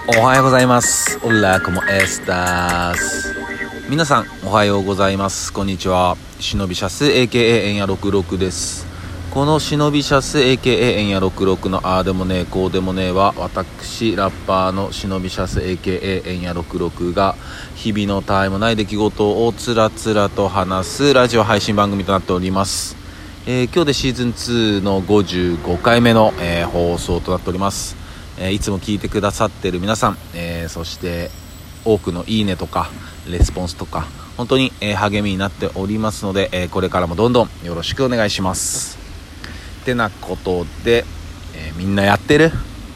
おはようございます。オラコモエスタス。皆さんおはようございます。こんにちは。忍びシャス AKA エンヤ66です。この忍びシャス AKA エンヤ66のあーでもねえこうでもねえは、私ラッパーの忍びシャス AKA エンヤ66が日々のたわいもない出来事をつらつらと話すラジオ配信番組となっております。今日でシーズン2の55回目の、放送となっております。いつも聞いてくださっている皆さん、そして多くのいいねとかレスポンスとか本当に、励みになっておりますので、これからもどんどんよろしくお願いします。てなことで、みんなやってる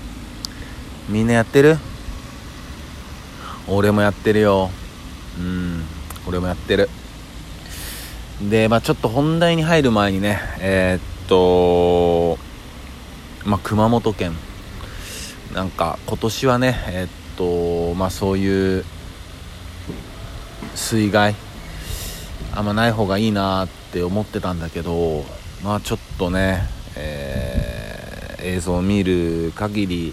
俺もやってるよ。俺もやってる。で、ちょっと本題に入る前にね、熊本県なんか今年はねそういう水害あんまない方がいいなって思ってたんだけど、ちょっとね、映像を見る限り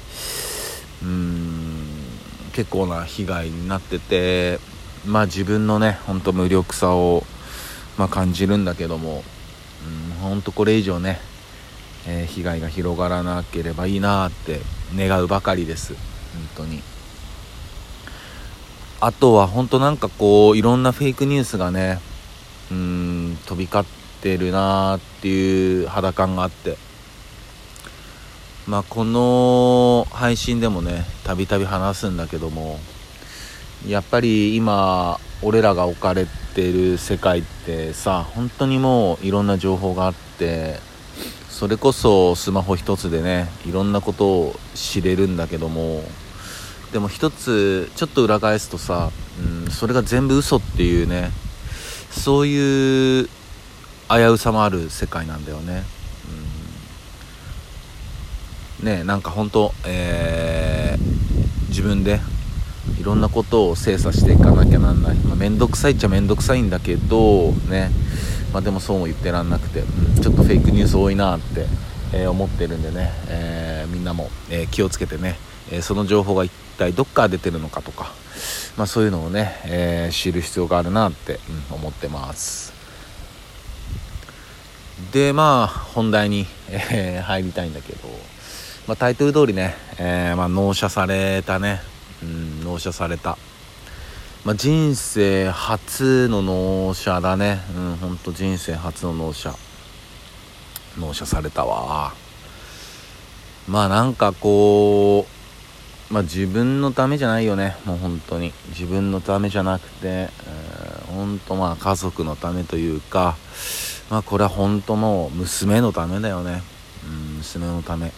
結構な被害になってて、自分のね本当無力さを感じるんだけども、本当これ以上ね、被害が広がらなければいいなって願うばかりです。本当に。あとは本当なんかいろんなフェイクニュースがね飛び交ってるなっていう肌感があって、この配信でもねたびたび話すんだけども、やっぱり今俺らが置かれてる世界ってさ、本当にもういろんな情報があって、それこそスマホ一つでねいろんなことを知れるんだけども、でも一つちょっと裏返すとさ、それが全部嘘っていうね、そういう危うさもある世界なんだよね。なんか本当、自分でいろんなことを精査していかなきゃなんない。めんどくさいっちゃめんどくさいんだけどね、でもそうも言ってらんなくて、ちょっとフェイクニュース多いなって、思ってるんでね、みんなも、気をつけてね、その情報が一体どっから出てるのかとか、そういうのをね、知る必要があるなって、思ってます。で本題に、入りたいんだけど、タイトル通りね、納車されたね、納車された、人生初の納車だね。本当人生初の納車されたわ。なんか自分のためじゃないよね。もう本当に自分のためじゃなくて、本当家族のためというか、これは本当もう娘のためだよね。娘のため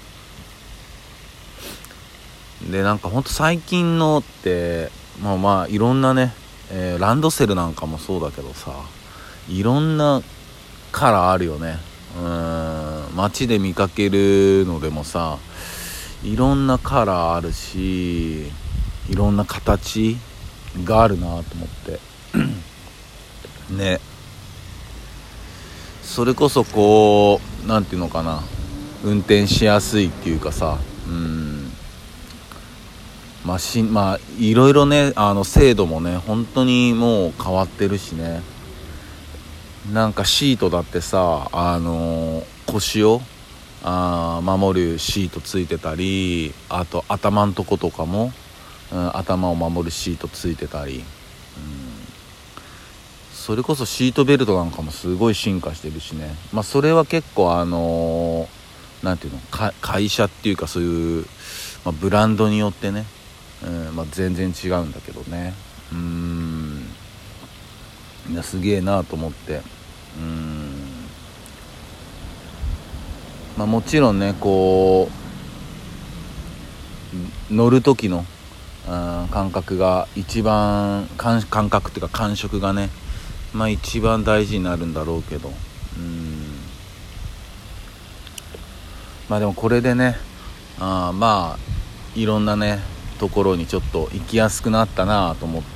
で、なんか本当最近のっていろんなね、ランドセルなんかもそうだけどさ、いろんなカラーあるよね。街で見かけるのでもさ、いろんなカラーあるし、いろんな形があるなと思ってね。それこそなんていうのかな、運転しやすいっていうかさ、いろいろね、精度もね本当にもう変わってるしね。なんかシートだってさ、腰を守るシートついてたり、あと頭のとことかも、頭を守るシートついてたり、それこそシートベルトなんかもすごい進化してるしね。それは結構なんていうの、会社っていうかそういう、ブランドによってね、全然違うんだけどね。いやすげえなと思って、もちろんね乗る時の感覚が一番感覚っていうか感触がね、一番大事になるんだろうけど、でもこれでねいろんなねところにちょっと行きやすくなったなと思って、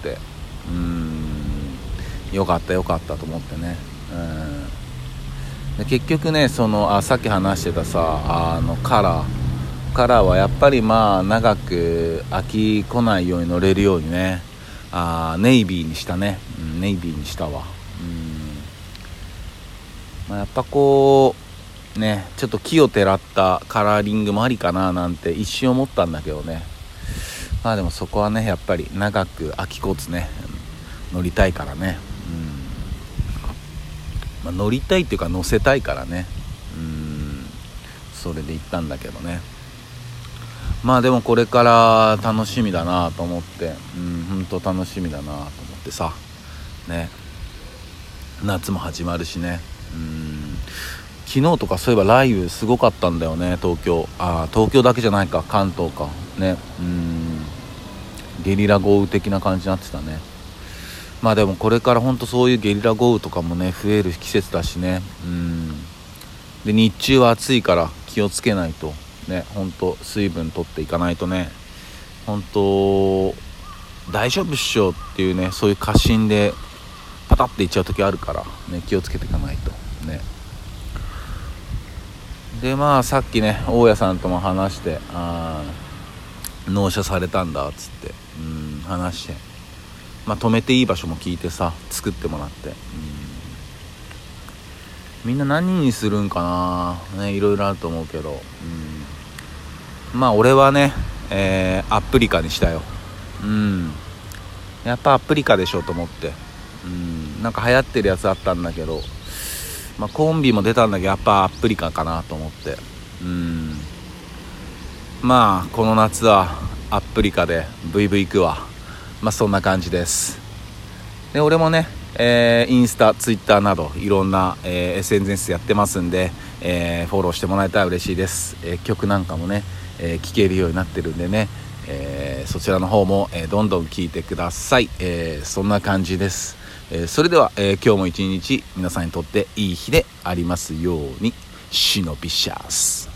よかったと思ってね。で結局ねさっき話してたさカラーからはやっぱり長く飽き来ないように乗れるようにね、ネイビーにしたね、ネイビーにしたわ。やっぱこうね、ちょっと木をてらったカラーリングもありかななんて一瞬思ったんだけどね。でもそこはねやっぱり長く飽きこつね乗りたいからね、乗りたいっていうか乗せたいからね、それで行ったんだけどね。でもこれから楽しみだなと思って、本当楽しみだなと思ってさね、夏も始まるしね。昨日とかそういえば雷雨すごかったんだよね、東京だけじゃないか、関東かね。ゲリラ豪雨的な感じになってたね。でもこれから本当そういうゲリラ豪雨とかもね増える季節だしね。で日中は暑いから気をつけないとね、本当水分取っていかないとね、本当大丈夫っしょっていうね、そういう過信でパタッていっちゃう時あるからね、気をつけていかないとね。でさっきね大家さんとも話して、納車されたんだっつって話して、止めていい場所も聞いてさ作ってもらって、みんな何にするんかなね、いろいろあると思うけど、俺はね、アプリカにしたよ。やっぱアプリカでしょと思って、なんか流行ってるやつあったんだけど、コンビも出たんだけどやっぱアプリカかなと思って、この夏はアプリカでブイブイ行くわ。そんな感じです。で俺もね、インスタ、ツイッターなどいろんな、SNS やってますんで、フォローしてもらえたら嬉しいです。曲なんかもね、聴けるようになってるんでね、そちらの方も、どんどん聴いてください。そんな感じです。それでは、今日も一日皆さんにとっていい日でありますように。シノビシャス。